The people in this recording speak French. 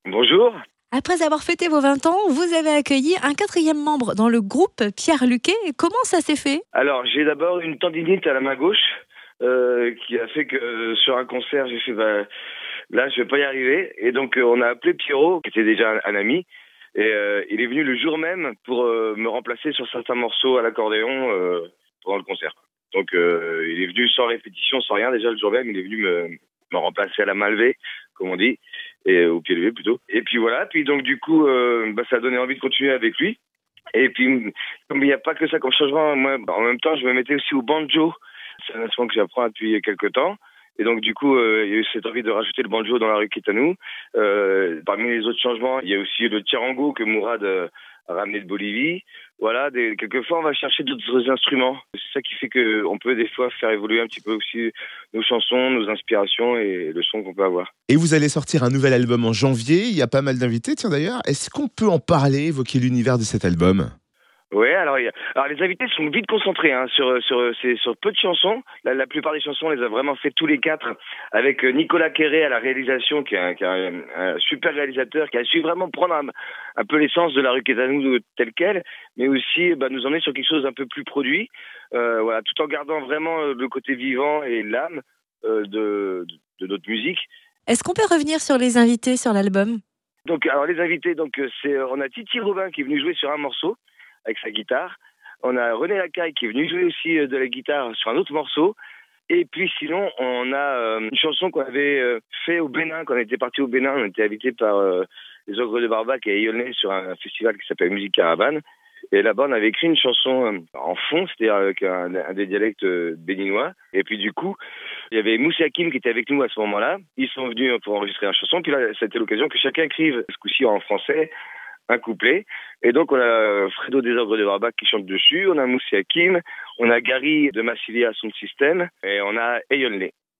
Bonjour. Après avoir fêté vos 20 ans, vous avez accueilli un quatrième membre dans le groupe, Pierre Luquet. Comment ça s'est fait? Alors, j'ai d'abord une tendinite à la main gauche qui a fait que sur un concert, j'ai fait là, je vais pas y arriver. Et donc, on a appelé Pierrot, qui était déjà un ami, et il est venu le jour même pour me remplacer sur certains morceaux à l'accordéon pendant le concert. Donc, il est venu sans répétition, sans rien. Déjà le jour même, il est venu me remplacer à la main levée, comme on dit, et au pied levé plutôt. Et puis voilà. Puis donc du coup, ça a donné envie de continuer avec lui. Et puis, comme il n'y a pas que ça comme changement, moi, en même temps, je me mettais aussi au banjo. C'est un instrument que j'apprends depuis quelques temps. Et donc, du coup, il y a eu cette envie de rajouter le banjo dans la rue Quétanou. Parmi les autres changements, il y a aussi le tirango que Mourad a ramené de Bolivie. Voilà, quelquefois, on va chercher d'autres instruments. C'est ça qui fait qu'on peut des fois faire évoluer un petit peu aussi nos chansons, nos inspirations et le son qu'on peut avoir. Et vous allez sortir un nouvel album en janvier. Il y a pas mal d'invités, tiens d'ailleurs. Est-ce qu'on peut en parler, évoquer l'univers de cet album? Ouais, alors les invités sont vite concentrés sur peu de chansons. La plupart des chansons, on les a vraiment fait tous les quatre avec Nicolas Quéré à la réalisation, qui est un super réalisateur, qui a su vraiment prendre un peu l'essence de la rue Quétanou telle quelle, mais aussi nous emmener sur quelque chose d'un peu plus produit, voilà, tout en gardant vraiment le côté vivant et l'âme de notre musique. Est-ce qu'on peut revenir sur les invités sur l'album? Donc, alors les invités, on a Titi Robin qui est venu jouer sur un morceau avec sa guitare. On a René Lacaille qui est venu jouer aussi de la guitare sur un autre morceau. Et puis sinon, on a une chanson qu'on avait fait au Bénin, quand on était parti au Bénin. On était invité par les Ogres de Barbac et Ayolné sur un festival qui s'appelle Musique Caravane. Et là-bas, on avait écrit une chanson en fond, c'est-à-dire avec un des dialectes béninois. Et puis du coup, il y avait Moussa Hakim qui était avec nous à ce moment-là. Ils sont venus pour enregistrer une chanson. Puis là, c'était l'occasion que chacun écrive, ce coup-ci en français, un couplet. Et donc, on a Fredo des Ogres de Barbac qui chante dessus. On a Moussa Hakim. On a Gary de Massilia Sound System. Et on a Ayonlé.